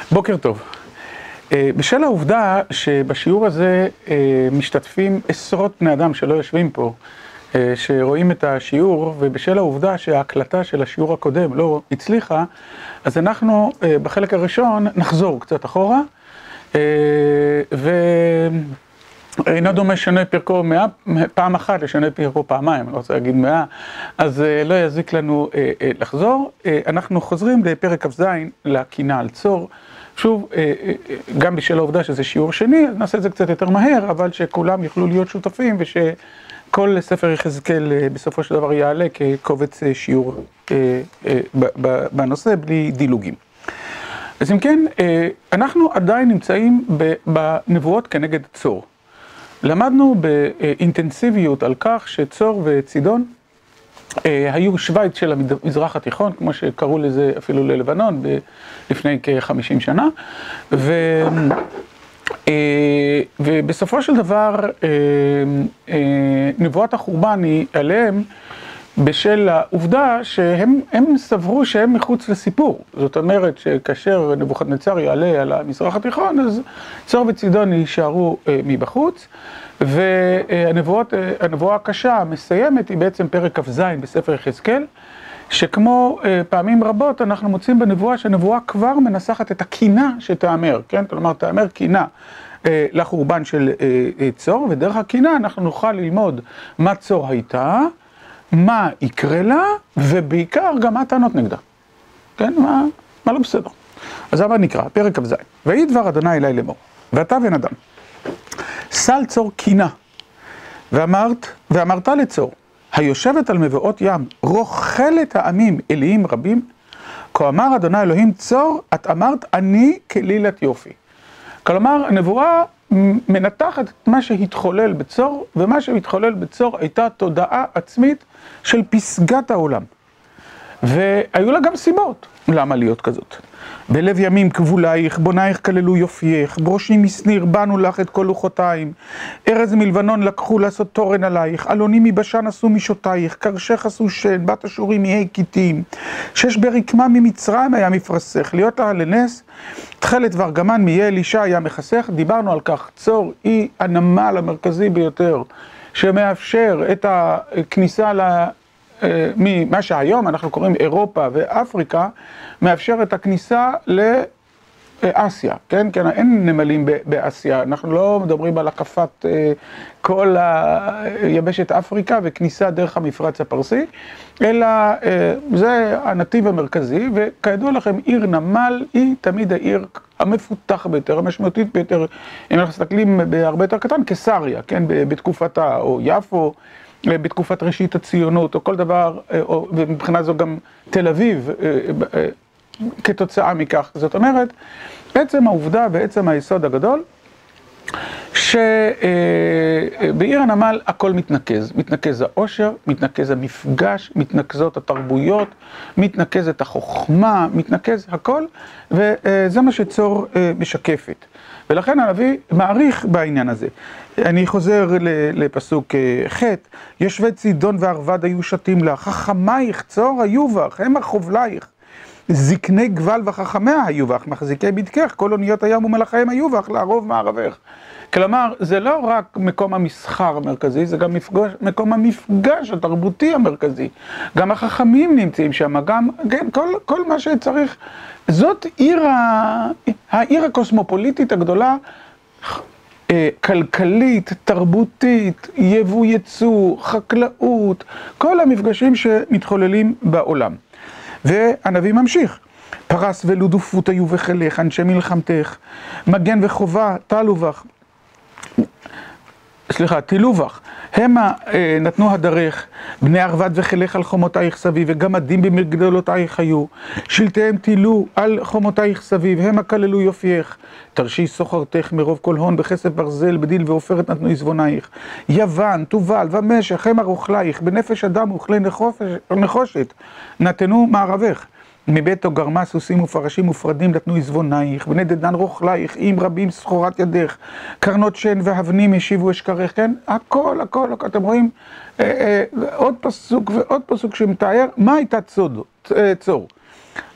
בוקר טוב. בשל העובדה שבשיעור הזה משתתפים עשרות בני אדם שלא יושבים פה, שרואים את השיעור, ובשל העובדה שההקלטה של השיעור הקודם לא הצליחה, אז אנחנו בחלק הראשון נחזור קצת אחורה, ואינו דומה שונה פרקו פעם אחת לשונה פרקו פעמיים, אני לא רוצה להגיד 100, אז לא יזיק לנו לחזור. אנחנו חוזרים לפרק כ"ז, לקינה על צור. שוב, גם בשל העובדה שזה שיעור שני, אז נעשה את זה קצת יותר מהר, אבל שכולם יוכלו להיות שותפים, ושכל ספר יחזקאל בסופו של דבר יעלה כקובץ שיעור בנושא, בלי דילוגים. אז אם כן, אנחנו עדיין נמצאים בנבואות כנגד צור. למדנו באינטנסיביות על כך שצור וצידון היו שווייץ של המזרח התיכון, כמו שקראו לזה אפילו ללבנון לפני כ-50 שנה, ובסופו של דבר נבואת החורבן היא עליהם בשל העובדה שהם סברו שהם מחוץ לסיפור. זאת אומרת שכאשר נבוכדנצר יעלה על המזרח התיכון, אז צור וצידון יישארו מבחוץ, והנבואה הקשה המסיימת היא בעצם פרק כ"ז בספר יחזקאל, שכמו פעמים רבות אנחנו מוצאים בנבואה שהנבואה כבר מנסחת את הקינה שתאמר, כן? כלומר, תאמר קינה לחורבן של צור, ודרך הקינה אנחנו נוכל ללמוד מה צור הייתה, מה יקרה לה, ובעיקר גם מה הטענות נגדה. כן? מה לא בסדר. אז אבל נקרא, פרק כ"ז. ויהי דבר אדוני אלי לאמור, ואתה בן אדם, סל צור קינה, ואמרת לצור, היושבת על מבואות ים, רוכלת העמים אליים רבים, כה אמר אדוני אלוהים צור, את אמרת אני כלילת יופי. כלומר, הנבואה מנתחת את מה שהתחולל בצור, ומה שהתחולל בצור הייתה תודעה עצמית של פסגת העולם. והיו לה גם סיבות למה להיות כזאת. בלב ימים כבולייך, בונייך כללו יופייך, בראשי משניר בנו לך את כל לוחותיים, ארז מלבנון לקחו לעשות תורן עלייך, אלונים מבשן עשו משותייך, קרשך עשו שן, בת אשורים מהי קיטים, שש ברקמה ממצרים היה מפרסך, להיות לה לנס, תכלת וארגמן מיה אלישע היה מחסך. דיברנו על כך, צור היא הנמל המרכזי ביותר, שמאפשר את הכניסה ממה שהיום אנחנו קוראים אירופה ואפריקה, מאפשר את הכניסה לאסיה, כן? כן, אין נמלים באסיה, אנחנו לא מדברים על הקפת כל היבשת אפריקה וכניסה דרך המפרץ הפרסי, אלא זה הנתיב המרכזי, וכידוע לכם, עיר נמל היא תמיד העיר המפותח ביותר, המשמעותית ביותר, אם אנחנו מסתכלים בהרבה יותר קטן, קיסריה, כן? בתקופתה, או יפו, בתקופת ראשית הציונות, או כל דבר, ומבחינה זו גם תל אביב, כתוצאה מכך. זאת אומרת, בעצם העובדה, בעצם היסוד הגדול, שבעיר הנמל הכל מתנקז. מתנקז העושר, מתנקז המפגש, מתנקזות התרבויות, מתנקזת החוכמה, מתנקז הכל, וזה מה שצור משקפת. ולכן הנביא מעריך בעניין הזה. אני חוזר לפסוק ח', יושבי צידון וערבד היו שתים לך, חכמייך צור היו בך, המה חובלייך, זקני גבל וחכמיה היו בך, מחזיקי בדקך, כל אוניות הים ומלאכיהם היו בך, לערוב מערבך. כלומר, זה לא רק מקום המסחר המרכזי, זה גם מקום המפגש התרבותי המרכזי. גם החכמים נמצאים שם, גם כן, כל מה שצריך. זאת העיר הקוסמופוליטית הגדולה, כלכלית, תרבותית, יבוא יצוא, חקלאות, כל המפגשים שמתחוללים בעולם. והנביא ממשיך, פרס ולוד ופות היו וחילך, אנשי מלחמתך, מגן וחובה, תילו בך, המה נתנו הדרך, בני ערבד וחילך על חומותייך סביב, וגמדים במגדלותייך היו, שלטיהם תילו על חומותייך סביב, המה כללו יופייך, תרשי סוחרתך מרוב כל הון, בכסף ברזל, בדיל ועופרת נתנו עזבונייך, יוון, תובל ומשך, המה רוכלייך, בנפש אדם וכלי נחושת, נתנו מערבך. מביתו גרמה סוסים ופרשים ופרדים נתנו עזבונייך, בני דדן רוכלייך, עם רבים סחורת ידך, קרנות שן והבנים ישיבו אשכרך, כן? הכל, אתם רואים עוד פסוק ועוד פסוק שמתאר מה הייתה צור.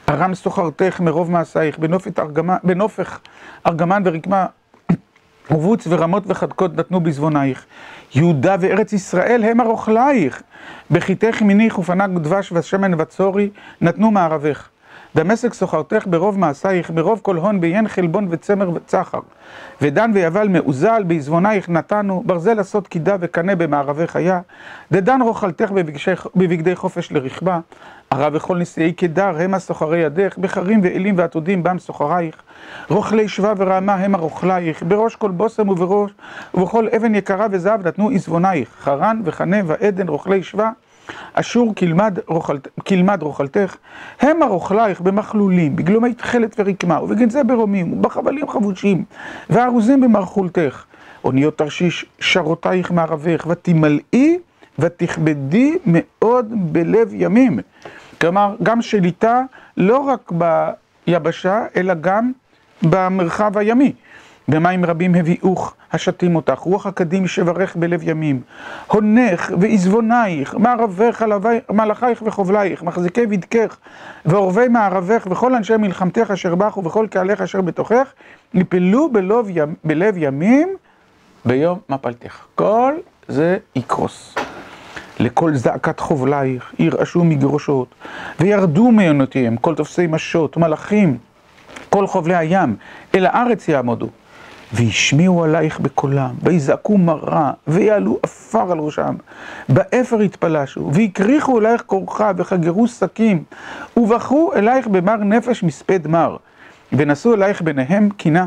ארם סוחרתך מרוב מעשייך, בנופך ארגמן ורקמה, ובוץ ורמות וחדקות נתנו בזבונייך. יהודה וארץ ישראל הם ארוכלייך, בחיתך מניח ופנק דבש ושמן וצורי נתנו מערבך. דמשק סוחרתך ברוב מעשייך, ברוב כל הון ביין חלבון וצמר וצחר. ודן ויבל מאוזל בעזבונייך נתנו, ברזל עשות קידה וקנה במערבך היה. דדן רוכלתך בבגדי חופש לרכבה, ערב וכל נשיאי קדר המה סוחרי ידך, בחרים ואלים ועתודים בם סוחרייך. רוכלי שווה ורעמה המה רוכלייך, בראש כל בוסם ובכל אבן יקרה וזהב נתנו עזבונייך. חרן וחנה ועדן רוכלי שווה, אשור כלמד רוכלתך, המה רוכלייך במכלולים, בגלומי תכלת ורקמה, ובגנזי ברומים, ובחבלים חבושים, וארוזים במרכולתך. אוניות תרשיש שרותייך מערבך, ותמלאי ותכבדי מאוד בלב ימים. כלומר, גם שליטה לא רק ביבשה, אלא גם במרחב הימי. במים רבים הביאוך, השתים אותך, רוח הקדים שברך בלב ימים. הונך ועזבונייך, מערבך, מלאכייך וחובלייך, מחזיקי בדקך, ועורבי מערבך, וכל אנשי מלחמתך אשר בך, ובכל קהלך אשר בתוכך, נפלו בלב ימים ביום מפלתך. כל זה יקרוס. לכל זעקת חובלייך, ירעשו מגרושות, וירדו מעונותיהם, כל תופסי משות, מלאכים, כל חובלי הים, אל הארץ יעמודו. וישמיעו עלייך בקולם, ויזעקו מרה, ויעלו אפר על ראשם, באפר יתפלשו, ויקריחו אלייך כורחה, וחגרו שקים, ובחרו אלייך במר נפש מספד מר, ונשאו אלייך ביניהם קינה,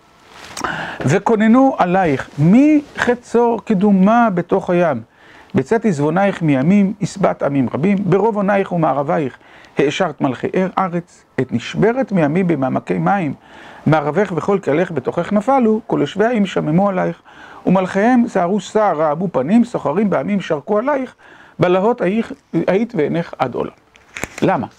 וכוננו עלייך, מי חצור קדומה בתוך הים, בצאת עזבונייך מימים, הסבת עמים רבים, ברוב עונייך ומערבייך, האשרת מלכי ארץ, את נשברת מימי במעמקי מים, מערבך וכל קהלך בתוכך נפלו, כל יושבי העמים שממו עלייך, ומלכיהם שערו שער, רעבו פנים, סוחרים בעמים שרקו עלייך, בלהות היית ועינך עד עולם. למה?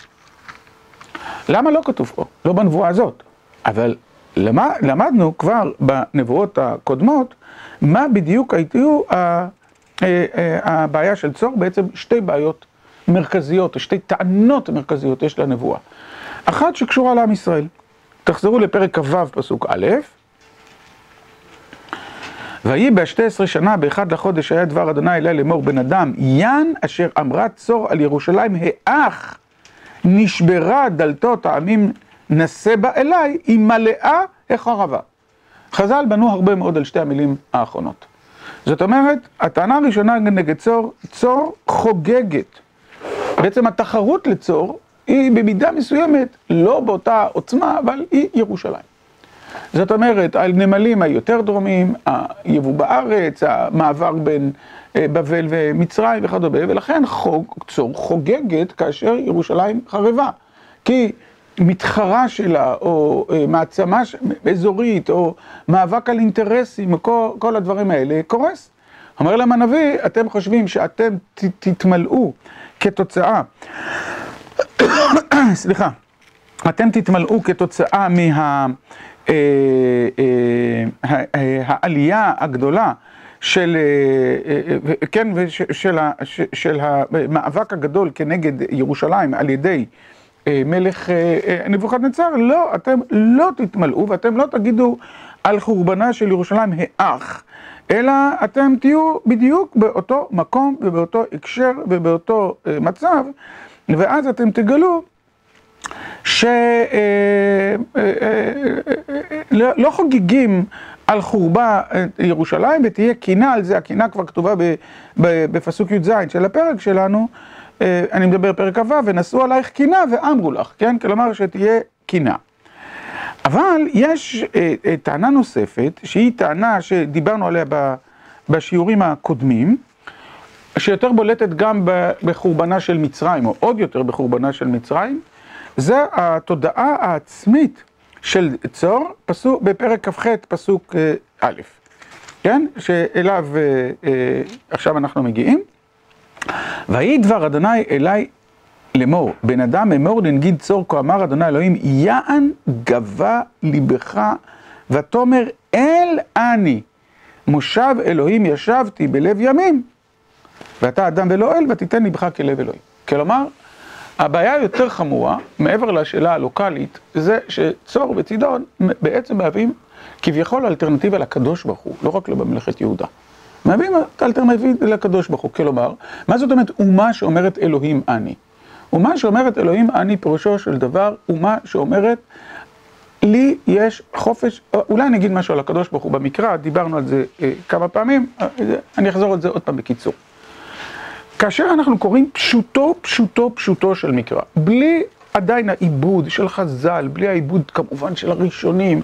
למה לא כתוב פה? לא בנבואה הזאת. אבל למדנו כבר בנבואות הקודמות, מה בדיוק הייתו הבעיה של צור, בעצם שתי בעיות מרכזיות, שתי טענות מרכזיות יש לנבואה. אחת שקשורה לעם ישראל. תחזרו לפרק כ"ו פסוק א', ויהי ב12 שנה באחד לחודש היה דבר אדוני אלי לאמור בן אדם, ין אשר אמרה צור על ירושלים האח נשברה דלתות העמים נשא בה אליי, היא מלאה החרבה. חז"ל בנו הרבה מאוד על שתי המילים האחרונות. זאת אומרת, הטענה הראשונה נגד צור, צור חוגגת. בעצם התחרות לצור היא במידה מסוימת, לא באותה עוצמה, אבל היא ירושלים. זאת אומרת, הנמלים היותר דרומיים, היבוא בארץ, המעבר בין בבל ומצרים וכדומה, ולכן צור חוגגת כאשר ירושלים חרבה. כי מתחרה שלה, או מעצמה אזורית, או מאבק על אינטרסים, כל הדברים האלה קורס. אומר להם הנביא, אתם חושבים שאתם תתמלאו כתוצאה, סליחה, אתם תתמלאו כתוצאה העלייה הגדולה של, כן, של המאבק הגדול כנגד ירושלים על ידי מלך נבוכדנצר. לא, אתם לא תתמלאו ואתם לא תגידו על חורבנה של ירושלים האח, אלא אתם תהיו בדיוק באותו מקום ובאותו הקשר ובאותו מצב, ואז אתם תגלו שלא חוגגים על חורבה ירושלים, ותהיה קינה על זה. הקינה כבר כתובה בפסוק י"ז של הפרק שלנו, אני מדבר פרק כ"ו, ונשאו עלייך קינה ואמרו לך, כן? כלומר שתהיה קינה. אבל יש טענה נוספת, שהיא טענה שדיברנו עליה בשיעורים הקודמים, שיותר בולטת גם בחורבנה של מצרים, או עוד יותר בחורבנה של מצרים, זה התודעה העצמית של צור, בפרק כ"ח פסוק א', כן? שאליו עכשיו אנחנו מגיעים. ויהי דבר אדוני אלי לאמור, בן אדם אמור לנגיד צור, כה אמר אדוני אלוהים, יען גבה ליבך ותאמר אל אני, מושב אלוהים ישבתי בלב ימים, ואתה אדם ולא אל, ותיתן ליבך כלב אלוהים. כלומר, הבעיה היותר חמורה, מעבר לשאלה הלוקלית, זה שצור וצידון בעצם מהווים כביכול אלטרנטיבה לקדוש ברוך הוא, לא רק לממלכת יהודה. מהווים אלטרנטיבה לקדוש ברוך הוא, כלומר, מה זאת אומרת אומה שאומרת אלוהים אני? אומה שאומרת אלוהים אני פירושו של דבר, אומה שאומרת לי יש חופש, אולי אני אגיד משהו על הקדוש ברוך הוא במקרא, דיברנו על זה כמה פעמים, אני אחזור על זה עוד פעם בקיצור. כאשר אנחנו קוראים פשוטו של מקרא, בלי עדיין העיבוד של חז"ל, בלי העיבוד כמובן של הראשונים,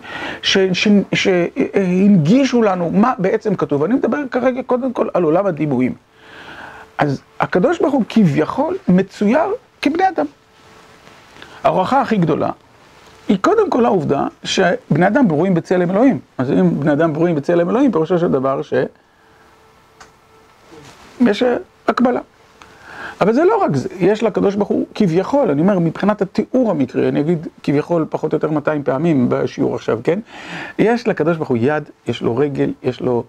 שהנגישו לנו מה בעצם כתוב. אני מדבר כרגע קודם כל על עולם הדימויים. אז הקדוש ברוך הוא כביכול מצויר כבני אדם. ההוכחה הכי גדולה היא קודם כל העובדה שבני אדם ברואים בצלם אלוהים. אז אם בני אדם ברואים בצלם אלוהים, פירושו של דבר יש הקבלה. אבל זה לא רק זה, יש לקדוש ברוך הוא כביכול, אני אומר מבחינת התיאור המקרי, אני אגיד כביכול פחות או יותר 200 פעמים בשיעור עכשיו, כן? יש לקדוש ברוך הוא יד, יש לו רגל, יש לו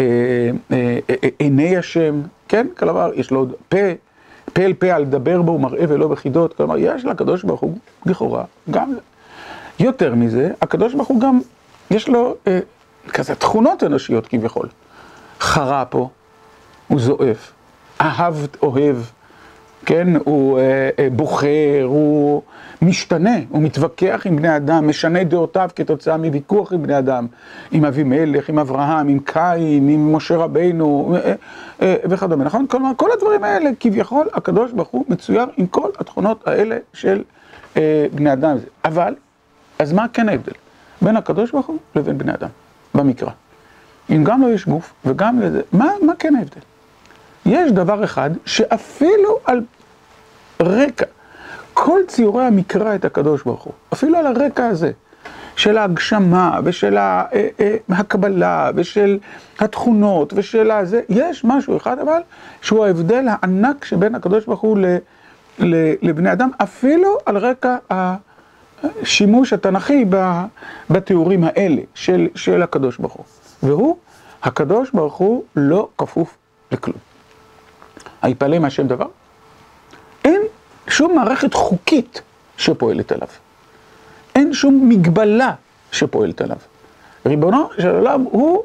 עיני השם, כן? כלומר, יש לו פה אל פה על דבר בו, מראה ולא בחידות, כלומר, יש לקדוש ברוך הוא לכאורה, גם יותר מזה, הקדוש ברוך הוא גם, יש לו כזה תכונות אנושיות כביכול. חרה פה, הוא זועף, אוהב, כן, הוא בוחר, הוא משתנה, הוא מתווכח עם בני אדם, משנה דעותיו כתוצאה מוויכוח עם בני אדם, עם אבימלך, עם אברהם, עם קין, עם משה רבינו וכדומה, נכון? כלומר, כל הדברים האלה, כביכול, הקדוש ברוך הוא מצויר עם כל התכונות האלה של בני אדם. אבל, אז מה כן ההבדל? בין הקדוש ברוך הוא לבין בני אדם, במקרא. אם גם לא יש גוף וגם לזה, מה כן ההבדל? יש דבר אחד שאפילו על רקע, כל ציורי המקרא את הקדוש ברוך הוא, אפילו על הרקע הזה, של ההגשמה ושל הקבלה ושל התכונות ושל הזה, יש משהו אחד אבל שהוא ההבדל הענק שבין הקדוש ברוך הוא לבני אדם, אפילו על רקע השימוש התנ"כי בתיאורים האלה של הקדוש ברוך הוא. והוא, הקדוש ברוך הוא לא כפוף לכלום. היפלא מהשם דבר? אין שום מערכת חוקית שפועלת עליו. אין שום מגבלה שפועלת עליו. ריבונו של עולם הוא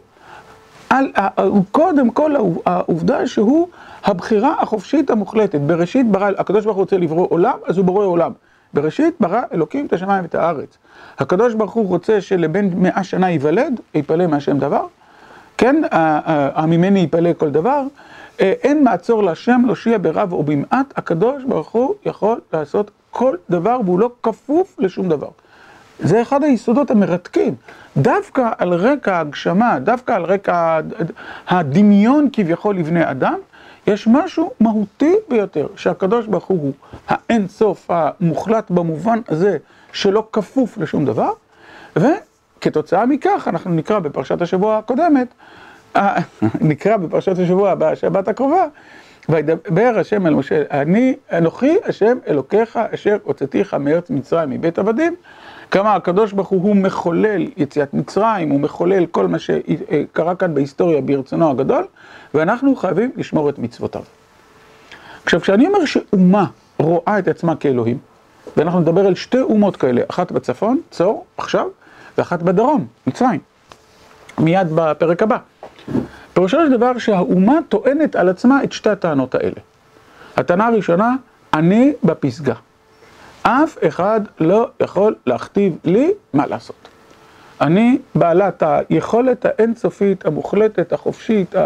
קודם כל העובדה שהוא הבחירה החופשית המוחלטת. בראשית ברא, הקדוש ברוך הוא רוצה לברוא עולם, אז הוא בורא עולם. בראשית ברא אלוקים את השמיים ואת הארץ. הקדוש ברוך הוא רוצה שלבן 100 שנה ייוולד, יפלא מהשם דבר. כן, ממני יפלא כל דבר. אין מעצור להשם, לא שיע ברב או במעט, הקדוש ברוך הוא יכול לעשות כל דבר והוא לא כפוף לשום דבר. זה אחד היסודות המרתקים. דווקא על רקע ההגשמה, דווקא על רקע הדמיון כביכול לבני אדם, יש משהו מהותי ביותר, שהקדוש ברוך הוא האין סוף המוחלט במובן הזה שלא כפוף לשום דבר, וכתוצאה מכך אנחנו נקרא בפרשת השבוע הקודמת, נקרא בפרשת השבוע בשבת הקרובה, וידבר השם אל משה, אנוכי השם אלוקיך אשר הוצאתיך מארץ מצרים מבית עבדים. כמה הקדוש ברוך הוא מחולל יציאת מצרים, הוא מחולל כל מה שקרה כאן בהיסטוריה ברצונו הגדול, ואנחנו חייבים לשמור את מצוותיו. עכשיו, כשאני אומר שאומה רואה את עצמה כאלוהים, ואנחנו נדבר על שתי אומות כאלה, אחת בצפון, צור, עכשיו, ואחת בדרום, מצרים, מיד בפרק הבא. פירושו של דבר שהאומה טוענת על עצמה את שתי הטענות האלה. הטענה הראשונה, אני בפסגה. אף אחד לא יכול להכתיב לי מה לעשות. אני בעלת היכולת האינסופית, המוחלטת, החופשית,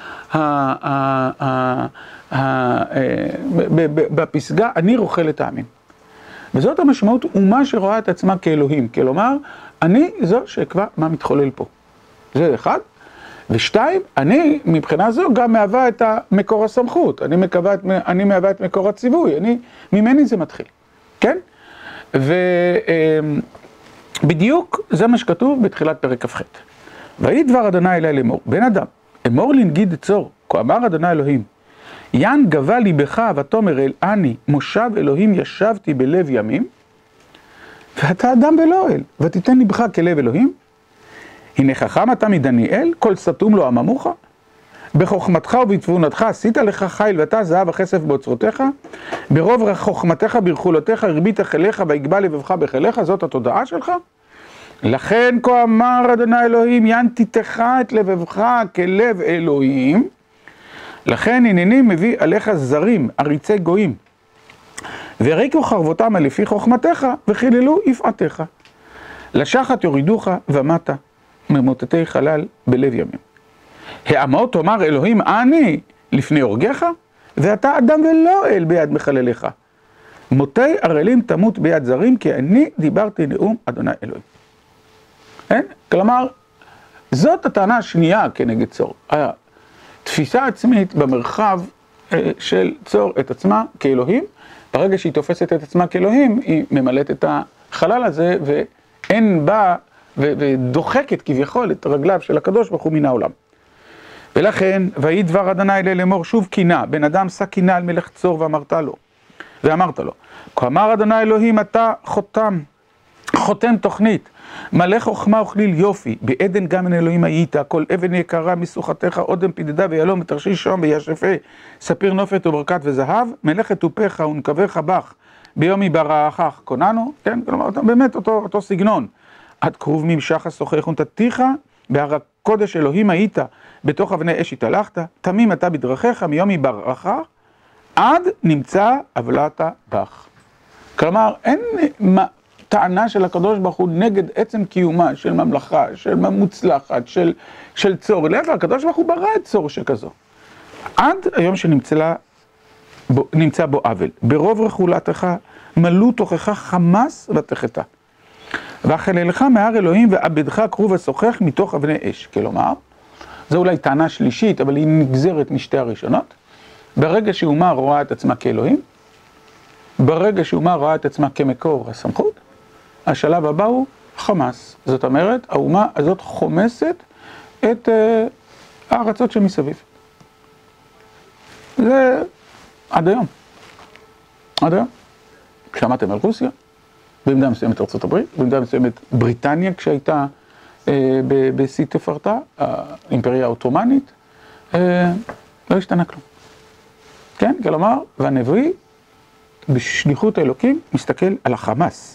בפסגה, אני רוכל את העמים. וזאת המשמעות, אומה שרואה את עצמה כאלוהים. כלומר, אני זו שיקבע מה מתחולל פה. זה אחד. ושתיים, אני מבחינה זו גם מהווה את מקור הסמכות. אני מהווה את מקור הציווי. ממני זה מתחיל. כן? ובדיוק זה מה שכתוב בתחילת פרק כ"ח. ויהי דבר אדוני אלי לאמור, בן אדם, אמור לנגיד צור, כה אמר אדוני אלוהים, יען גבה ליבך ותאמר אל אני, מושב אלוהים ישבתי בלב ימים, ואתה אדם בלא אל, ותיתן ליבך כלב אלוהים. הנה חכם אתה מדניאל, כל סתום לא אממוך. בחוכמתך ובתבונתך עשית לך חיל ואתה זהב וכסף באוצרותיך, ברוב חוכמתך ברכולותיך הרבית חיליך ויגבה לבבך בחיליך, זאת התודעה שלך. לכן כה אמר אדוני אלוהים, ינתיתך את לבבך כלב אלוהים, לכן הנני מביא עליך זרים, עריצי גויים, וריקו חרבותם לפי חוכמתך וחיללו יפעתך. לשחת יורידוך ומטה ממוטטי חלל בלב ימים. העמות תאמר אלוהים אני לפני הורגך, ואתה אדם ולא אל ביד מחלליך. מותי ערלים תמות ביד זרים, כי אני דיברתי נאום אדוני אלוהים. כן? כלומר, זאת הטענה השנייה כנגד צור. התפיסה עצמית במרחב של צור את עצמה כאלוהים, ברגע שהיא תופסת את עצמה כאלוהים, היא ממלאת את החלל הזה, ואין בה, ודוחקת כביכול את רגליו של הקדוש ברוך הוא מן העולם. ולכן, ויהי דבר אדוני לאמור שוב קינה, בן אדם שא קינה על מלך צור ואמרת לו, כה אמר אדוני אלוהים, אתה חותם תוכנית, מלא חוכמה וכליל יופי, בעדן גם מן אלוהים היית, כל אבן יקרה מסוכתך, אודם פידדה ויהלום ותרשיש שום וישפה, ספיר נופת וברכת וזהב, מלאכת טופך ונקבך בך, ביום יברחך קוננו, כן, כלומר, באמת אותו סגנון, עד קרוב ממשך השוחך ונתתיך, בהר הקודש אלוהים היית, בתוך אבני אש התהלכת, תמים אתה בדרכיך, מיום יברחך, עד נמצא עוולת בך. כלומר, אין טענה של הקדוש ברוך הוא נגד עצם קיומה של ממלכה, של מוצלחת, של צור. להפך, הקדוש ברוך הוא ברא את צור שכזו. עד היום שנמצא בו עוול. ברוב רכולתך מלאו תוכך חמס ותחתה. ואכללך מהר אלוהים ועבדך קרוב ושוחך מתוך אבני אש. כלומר, זו אולי טענה שלישית, אבל היא נגזרת משתי הראשונות. ברגע שאומה רואה את עצמה כאלוהים, ברגע שאומה רואה את עצמה כמקור הסמכות, השלב הבא הוא חמאס. זאת אומרת, האומה הזאת חומסת את הארצות שמסביב. זה עד היום. עד היום. שמעתם על רוסיה, במידה מסוימת ארצות הברית, במידה מסוימת בריטניה כשהייתה בשיא תפארתה, האימפריה האוטומנית, לא השתנה כלום. כן? כלומר, והנביא בשליחות האלוקים מסתכל על החמאס.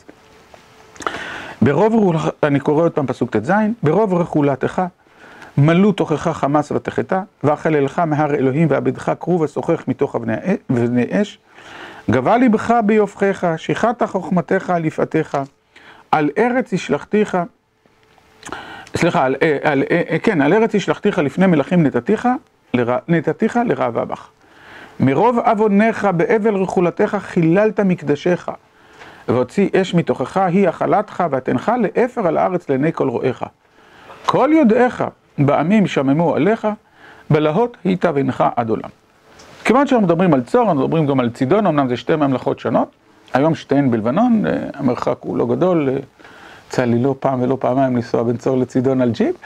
אני קורא עוד פעם פסוק ט"ז, ברוב רכולתך מלאו תוכך חמס ותחתה, ואכללך מהר אלוהים ועבדך קרוב ושוחך מתוך אבני אש, גבה ליבך ביופכך, שיחת חוכמתך על יפעתך, על ארץ השלכתיך, סליחה, על ארץ השלכתיך לפני מלכים נתתיך לראווה בך. מרוב עוונך באבל רכולתך חיללת מקדשך, והוציא אש מתוכך היא אכלתך ותנך לאפר על הארץ לעיני כל רואיך. כל יודעיך בעמים שממו עליך, בלהות היא תבנך עד עולם. כיוון שאנחנו מדברים על צור, אנחנו מדברים גם על צידון, אמנם זה שתי ממלכות שונות, היום שתיהן בלבנון, המרחק הוא לא גדול, יצא לי לא פעם ולא פעמיים לנסוע בין צור לצידון על ג'יפ,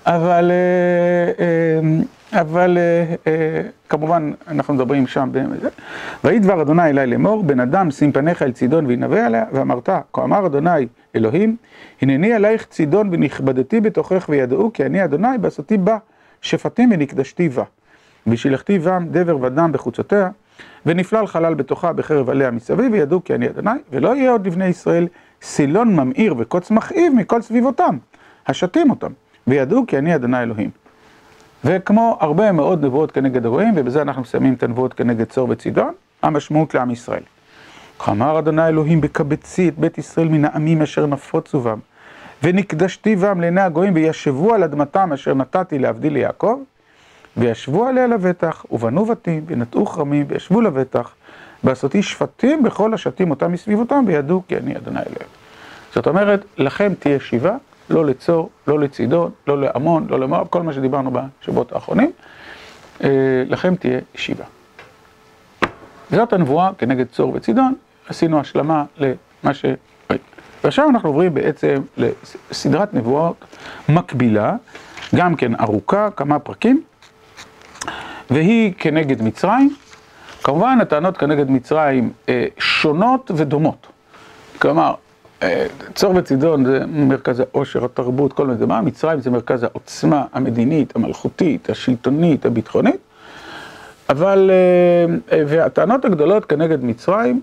אבל כמובן אנחנו מדברים שם בזה. ויהי דבר אדוני אלי לאמור, בן אדם שים פניך אל צידון וינבא עליה, ואמרת, כה אמר אדוני אלוהים, הנני עלייך צידון ונכבדתי בתוכך וידעו, כי אני אדוני בעשותי בה שפטים ונקדשתי בה. ושילחתי בם דבר ודם בחוצותיה, ונפלל חלל בתוכה בחרב עליה מסביב, וידעו כי אני אדוני, ולא יהיה עוד לבני ישראל סילון ממאיר וקוץ מכאיב מכל סביבותם, השתים אותם, וידעו כי אני אדוני אלוהים. וכמו הרבה מאוד נבואות כנגד הגויים, ובזה אנחנו מסיימים את הנבואות כנגד צור וצידון, המשמעות לעם ישראל. אמר אדוני אלוהים בקבצי את בית ישראל מן העמים אשר נפוצו בם, ונקדשתי בם לעיני הגויים, וישבו על אדמתם אשר נתתי להבדיל ליעקב, וישבו עליה לבטח, ובנו בתים, ונטעו כרמים, וישבו לבטח, ועשותי שפטים בכל השתים אותם מסביבותם, וידעו כי אני אדוני אלוהים. זאת אומרת, לכם תהיה שיבה, לא לצור, לא לצידון, לא לעמון, לא למואב, כל מה שדיברנו בשבועות האחרונים, לכם תהיה שיבה. זאת הנבואה כנגד צור וצידון, עשינו השלמה למה ש... ועכשיו אנחנו עוברים בעצם לסדרת נבואות מקבילה, גם כן ארוכה, כמה פרקים, והיא כנגד מצרים. כמובן, הטענות כנגד מצרים שונות ודומות. כלומר, צור וצידון זה מרכז העושר, התרבות, כל מיני דבר. מצרים זה מרכז העוצמה המדינית, המלכותית, השלטונית, הביטחונית. אבל, והטענות הגדולות כנגד מצרים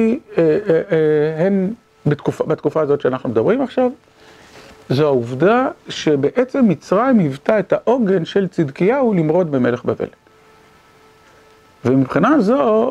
הן בתקופה הזאת שאנחנו מדברים עכשיו, זו העובדה שבעצם מצרים היוותה את העוגן של צדקיהו למרוד במלך בבל. ומבחינה זו,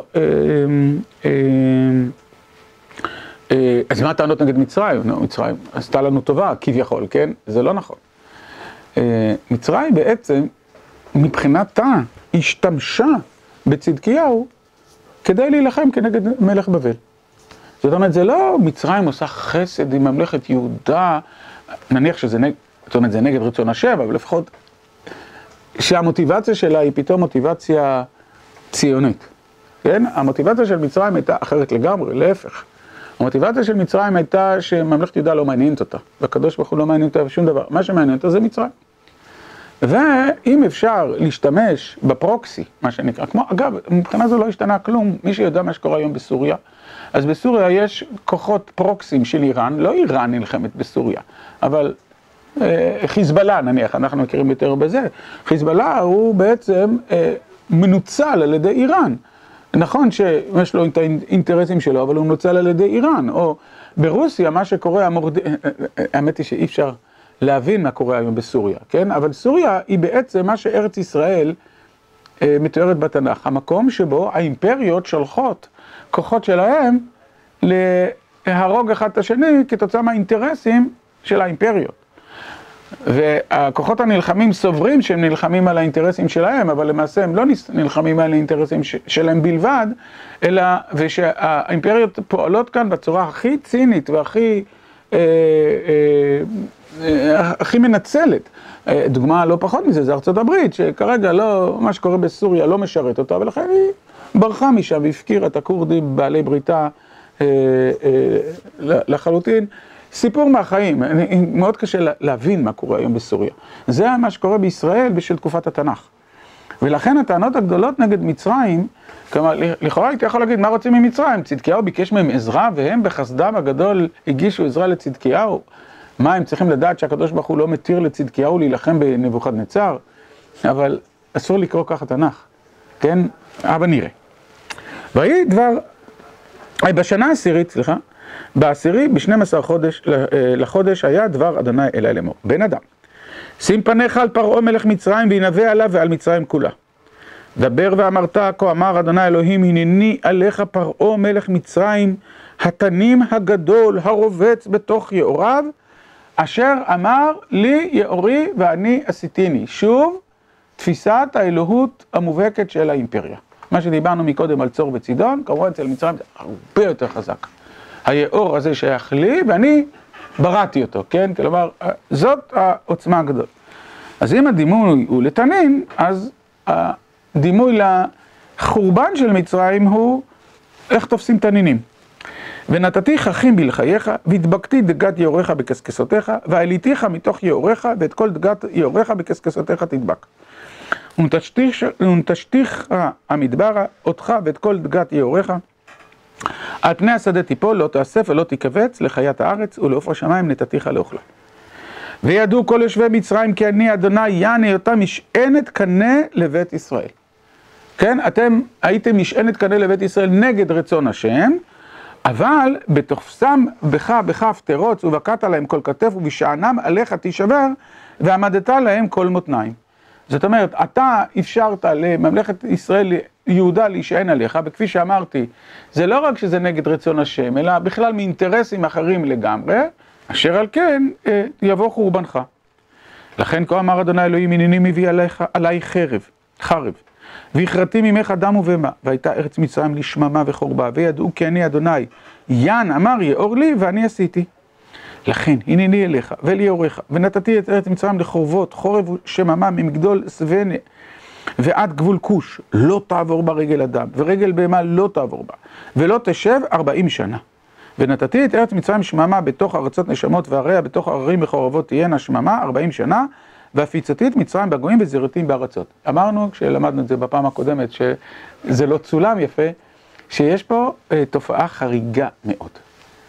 אז מה הטענות נגד מצרים? מצרים עשתה לנו טובה, כביכול, כן? זה לא נכון. מצרים בעצם, מבחינתה, השתמשה בצדקיהו כדי להילחם כנגד מלך בבל. זאת אומרת, זה לא מצרים עושה חסד עם ממלכת יהודה, נניח שזה זה נגד רצון השם, אבל לפחות שהמוטיבציה שלה היא פתאום מוטיבציה ציונית. כן? המוטיבציה של מצרים הייתה אחרת לגמרי, להפך. המוטיבציה של מצרים הייתה שממלכת יהודה לא מעניינת אותה, והקדוש ברוך הוא לא מעניין אותה בשום דבר. מה שמעניין אותה זה מצרים. ואם אפשר להשתמש בפרוקסי, מה שנקרא, כמו, אגב, מבחינה זו לא השתנה כלום, מי שיודע מה שקורה היום בסוריה, אז בסוריה יש כוחות פרוקסים של איראן, לא איראן נלחמת בסוריה, אבל חיזבאללה נניח, אנחנו מכירים יותר בזה, חיזבאללה הוא בעצם מנוצל על ידי איראן. נכון שיש לו את האינטרסים שלו, אבל הוא מנוצל על ידי איראן, או ברוסיה מה שקורה, האמת היא שאי אפשר להבין מה קורה היום בסוריה, כן? אבל סוריה היא בעצם מה שארץ ישראל מתוארת בתנ"ך, המקום שבו האימפריות שולחות כוחות שלהם להרוג אחד את השני כתוצאה מהאינטרסים של האימפריות. והכוחות הנלחמים סוברים שהם נלחמים על האינטרסים שלהם, אבל למעשה הם לא נלחמים על האינטרסים שלהם בלבד, אלא ושהאימפריות פועלות כאן בצורה הכי צינית והכי הכי מנצלת. דוגמה לא פחות מזה, זה ארצות הברית, שכרגע לא, מה שקורה בסוריה לא משרת אותה, ולכן היא ברחה משם והפקירה את הכורדים בעלי בריתה לחלוטין. סיפור מהחיים, מאוד קשה להבין מה קורה היום בסוריה. זה מה שקורה בישראל בשביל תקופת התנ"ך. ולכן הטענות הגדולות נגד מצרים, כלומר, לכאורה הייתי יכול להגיד, מה רוצים ממצרים? צדקיהו ביקש מהם עזרה, והם בחסדם הגדול הגישו עזרה לצדקיהו. מה, הם צריכים לדעת שהקדוש ברוך הוא לא מתיר לצדקיהו להילחם בנבוכדנצר? אבל אסור לקרוא ככה תנ"ך, כן? אבל נראה. ויהי דבר, בשנה העשירית, סליחה, בעשירי, ב-12 לחודש, היה דבר אדוני אלי לאמור. בן אדם, שים פניך על פרעה מלך מצרים, וינבא עליו ועל מצרים כולה. דבר ואמרת, כה אמר אדוני אלוהים, הנני עליך פרעה מלך מצרים, התנים הגדול הרובץ בתוך יאוריו, אשר אמר לי יאורי ואני עשיתיני. שוב, תפיסת האלוהות המובהקת של האימפריה. מה שדיברנו מקודם על צור וצידון, כמובן אצל מצרים זה הרבה יותר חזק. היאור הזה שייך לי ואני בראתי אותו, כן? כלומר, זאת העוצמה הגדולה. אז אם הדימוי הוא לתנין, אז הדימוי לחורבן של מצרים הוא איך תופסים תנינים. ונתתי חכים בלחייך, והדבקתי דגת יאוריך בקסקסותיך, והעליתיך מתוך יאוריך, ואת כל דגת יאוריך בקסקסותיך תדבק. ונטשתיך המדברה, אותך ואת כל דגת יאוריך, על פני השדה תיפול, לא תאסף ולא תיכווץ לחיית הארץ, ולעוף השמיים נתתיך לאוכלה. וידעו כל יושבי מצרים כי אני אדוני יעני אותם משענת קנה לבית ישראל. כן, אתם הייתם משענת קנה לבית ישראל נגד רצון השם, אבל בתופסם בך בכף תרוץ ובקעת להם כל כתף ובשענם עליך תישבר ועמדת להם כל מותניים. זאת אומרת, אתה אפשרת לממלכת ישראל יהודה להישען עליך, וכפי שאמרתי, זה לא רק שזה נגד רצון השם, אלא בכלל מאינטרסים אחרים לגמרי, אשר על כן יבוא חורבנך. לכן כה אמר אדוני אלוהים, הנני מביא עלי חרב, והכרתי ממך דם ובהמה, והייתה ארץ מצרים לשממה וחורבה, וידעו כי אני אדוני, יען אמר יאור לי ואני עשיתי. לכן הנני אליך ואל יאוריך, ונתתי את ארץ מצרים לחורבות, חורב שממה ממגדול סבנה, ועד גבול כוש, לא תעבור בה רגל אדם, ורגל בהמה לא תעבור בה, ולא תשב 40 שנה. ונתתי את ארץ מצרים שממה בתוך ארצות נשמות ועריה, בתוך עררים וחורבות תהיינה שממה 40 שנה, והפיצתי את מצרים בגויים וזרעתים בארצות. אמרנו, כשלמדנו את זה בפעם הקודמת, שזה לא צולם יפה, שיש פה תופעה חריגה מאוד.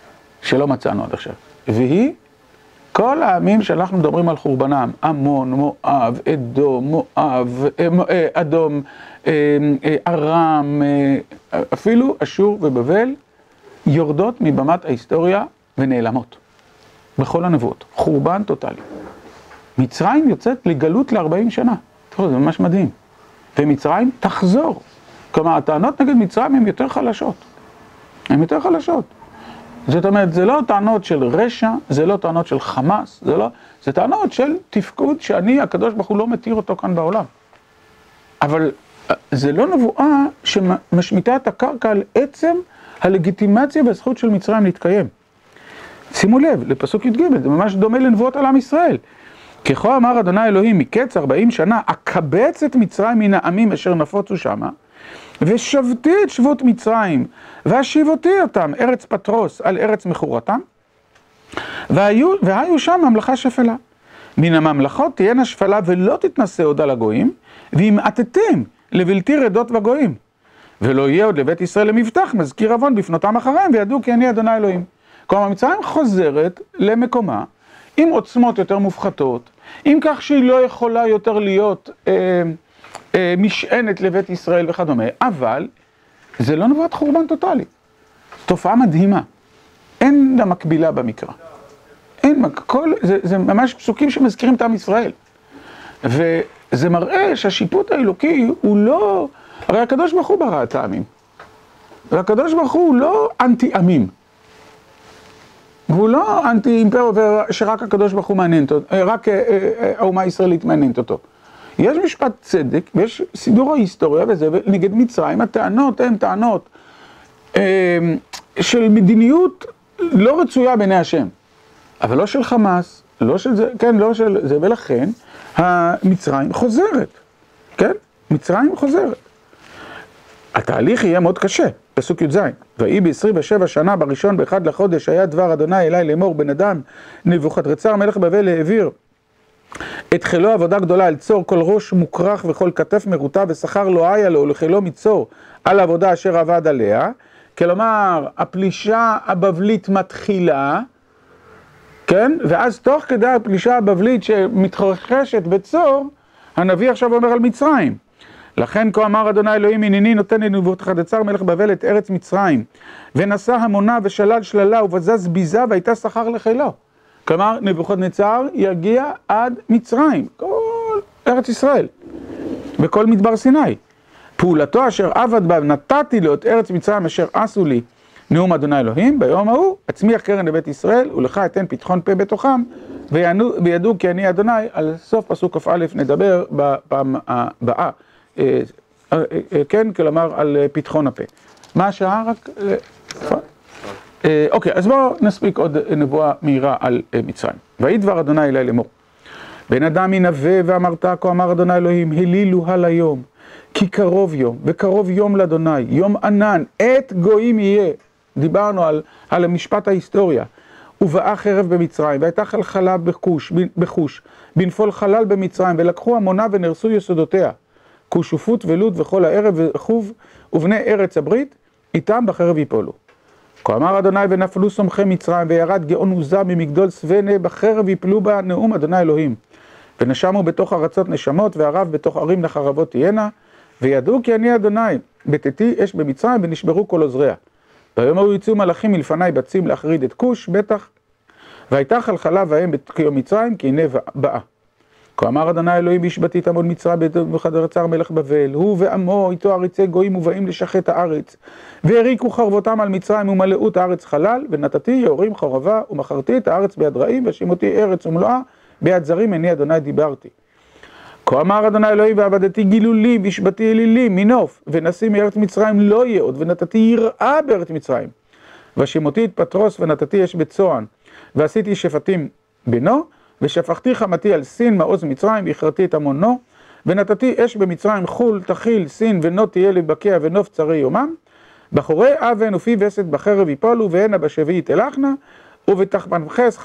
שלא מצאנו עד עכשיו. והיא כל העמים שאנחנו מדברים על חורבנם, עמון, מואב, אדום, אדום, ארם, אפילו אשור ובבל, יורדות מבמת ההיסטוריה ונעלמות. בכל הנבואות. חורבן טוטלי. מצרים יוצאת לגלות ל-40 שנה. תראו, זה ממש מדהים. ומצרים תחזור. כלומר, הטענות נגד מצרים הן יותר חלשות. הן יותר חלשות. זאת אומרת, זה לא טענות של רשע, זה לא טענות של חמאס, זה טענות של תפקוד שאני, הקדוש ברוך הוא לא מתיר אותו כאן בעולם. אבל זה לא נבואה שמשמיטה את הקרקע על עצם הלגיטימציה והזכות של מצרים להתקיים. שימו לב, לפסוק י"ג, זה ממש דומה לנבואות על עם ישראל. ככה אמר אדוני אלוהים, מקץ 40 שנה, אקבץ את מצרים מן העמים אשר נפוצו שמה, ושבתי את שבות מצרים, והשיבותי אותם ארץ פטרוס על ארץ מכורתם, והיו שם ממלכה שפלה. מן הממלכות תהיינה שפלה ולא תתנשא עוד על הגויים, והמעטתם לבלתי רדות וגויים. ולא יהיה עוד לבית ישראל למבטח, מזכיר עוון בפנותם אחריהם, וידעו כי אני אדוני אלוהים. כלומר, מצרים חוזרת למקומה, עם עוצמות יותר מופחתות, עם כך שהיא לא יכולה יותר להיות משענת לבית ישראל וכדומה, אבל זה לא נבואת חורבן טוטלי. תופעה מדהימה. אין לה מקבילה במקרא. זה ממש פסוקים שמזכירים את עם ישראל. וזה מראה שהשיפוט האלוקי הוא לא... הרי הקדוש ברוך הוא ברא את העמים. והקדוש ברוך הוא לא אנטי-עמים. והוא לא אנטי-אימפריה שרק הקדוש ברוך הוא מעניינת אותו, רק האומה הישראלית מעניינת אותו. יש משפט צדק, ויש סידור ההיסטוריה וזה, ונגד מצרים הטענות הן טענות של מדיניות לא רצויה בעיני השם. אבל לא של חמאס, לא של זה, כן, לא של זה, ולכן המצרים חוזרת, כן? מצרים חוזרת. התהליך יהיה מאוד קשה, פסוק י"ז. ויהי ב-27 שנה בראשון באחד לחודש היה דבר אדוני אלי לאמור בן אדם, נבוכדרצר מלך בבל העביר את חילו עבודה גדולה על צור, כל ראש מוקרח וכל כתף מרוטה, ושכר לא היה לו לחילו מצור על העבודה אשר עבד עליה. כלומר, הפלישה הבבלית מתחילה, כן? ואז תוך כדי הפלישה הבבלית שמתרחשת בצור, הנביא עכשיו אומר על מצרים. לכן כה אמר אדוני אלוהים, הנני נותן לנבוכדרצר מלך בבל את ארץ מצרים, ונשא המונה ושלל שללה ובזז ביזה והייתה שכר לחילו. כלומר, נבוכדנצר יגיע עד מצרים, כל ארץ ישראל, בכל מדבר סיני. פעולתו אשר עבד בה, נתתי לו את ארץ מצרים אשר עשו לי, נאום אדוני אלוהים, ביום ההוא, אצמיח קרן לבית ישראל, ולך אתן פתחון פה בתוכם, וידעו כי אני אדוני. על סוף פסוק כ"א נדבר בפעם הבאה, כן, כלומר על פתחון הפה. מה השעה רק? אוקיי, אז בואו נספיק עוד נבואה מהירה על מצרים. ויהי דבר אדוני אלי לאמור, בן אדם ינבא ואמרת, כה אמר אדוני אלוהים, הלילו על היום, כי קרוב יום, וקרוב יום לאדוני, יום ענן, עת גויים יהיה. דיברנו על משפט ההיסטוריה. ובאה חרב במצרים, והייתה חלחלה בחוש, בנפול חלל במצרים, ולקחו המונה ונרסו יסודותיה. כוש ופוט ולוד וכל הערב וחוב, ובני ארץ הברית, איתם בחרב יפולו. כה אמר אדוני ונפלו סומכי מצרים, וירד גאון עוזה ממגדול סבנה, בחרב יפלו בה נאום אדוני אלוהים. ונשמו בתוך ארצות נשמות, וערב בתוך ערים לחרבות תהיינה, וידעו כי אני אדוני, בתתי אש במצרים, ונשברו כל עוזריה. ביום ההוא יצאו מלאכים מלפני בצים להחריד את כוש, בטח, והייתה חלחלה בהם כיום מצרים, כי הנה באה. כה אמר אדוני אלוהים, השבתי את עמוד מצרים בנבוכדרצר מלך בבל, הוא ועמו איתו עריצי גויים ובאים לשחט הארץ, והריקו חרבותם על מצרים ומלאו את הארץ חלל, ונתתי יורים חרבה ומכרתי את הארץ ביד רעים, והשימותי ארץ ומלואה ביד זרים, אני אדוני דיברתי. כה אמר אדוני אלוהים, ועבדתי גילולים והשבתי אלילים מנוף, ונשיא מארץ מצרים לא יהיה עוד, ונתתי יראה בארץ מצרים. והשימותי את פטרוס ונתתי אש בצוען, ועשיתי שפטים בנו, ושפכתי חמתי על סין מעוז מצרים, והכרתי את המונו, ונתתי אש במצרים חול, תחיל, סין ונוט תהיה לבקע ונוף צרי יומם, בחורי אבן ופי וסת בחרב יפולו, והנה בשביעי תלכנה, ובתחמנכס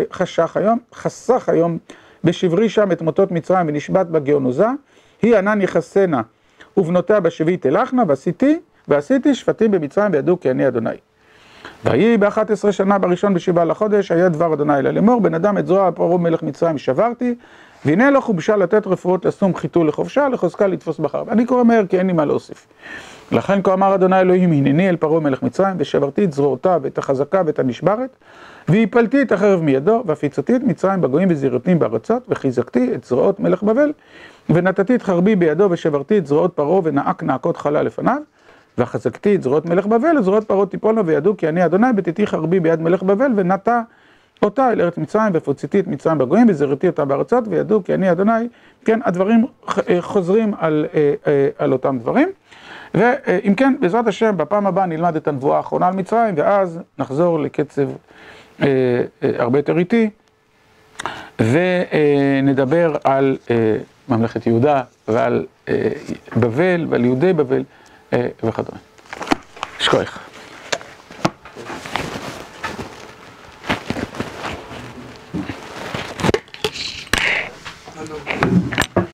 חסך היום בשברי שם את מוטות מצרים, ונשבת בגאון עוזה, היא ענן יחסנה, ובנותיה בשביעי תלכנה, ועשיתי שפטים במצרים, וידעו כי אני אדוני. ויהי ב11 שנה בראשון בשבעה לחודש, היה דבר אדוני אל לאמור, בן אדם את זרוע פרעה מלך מצרים שברתי, והנה לו חובשה לתת רפואות לשום חיתול לחופשה, לחוזקה לתפוס בחר. אני קורא מהר כי אין לי מה להוסיף. לכן כה אמר אדוני אלוהים, הנני אל פרעה מלך מצרים, ושברתי את זרועותיו ואת החזקה ואת הנשברת, והפלתי את החרב מידו, והפיצתי את מצרים בגויים וזירותים בארצות, וחיזקתי את זרועות מלך בבל, ונתתי את חרבי בידו, ושברתי את זרועות פרעה, ונעק נעקות חלה לפניו, וחזקתי את זרועות מלך בבל, וזרועות פרעה תיפולנה, וידעו כי אני אדוני בתיתי חרבי ביד מלך בבל, ונטע אותה אל ארץ מצרים, ופוצצתי את מצרים בגויים, וזירתי אותה בארצות, וידעו כי אני אדוני. כן, הדברים חוזרים על אותם דברים. ואם כן, בעזרת השם, בפעם הבאה נלמד את הנבואה האחרונה על מצרים, ואז נחזור לקצב הרבה יותר איטי, ונדבר על ממלכת יהודה, ועל בבל, ועל יהודי בבל, וכדומה. שכוח.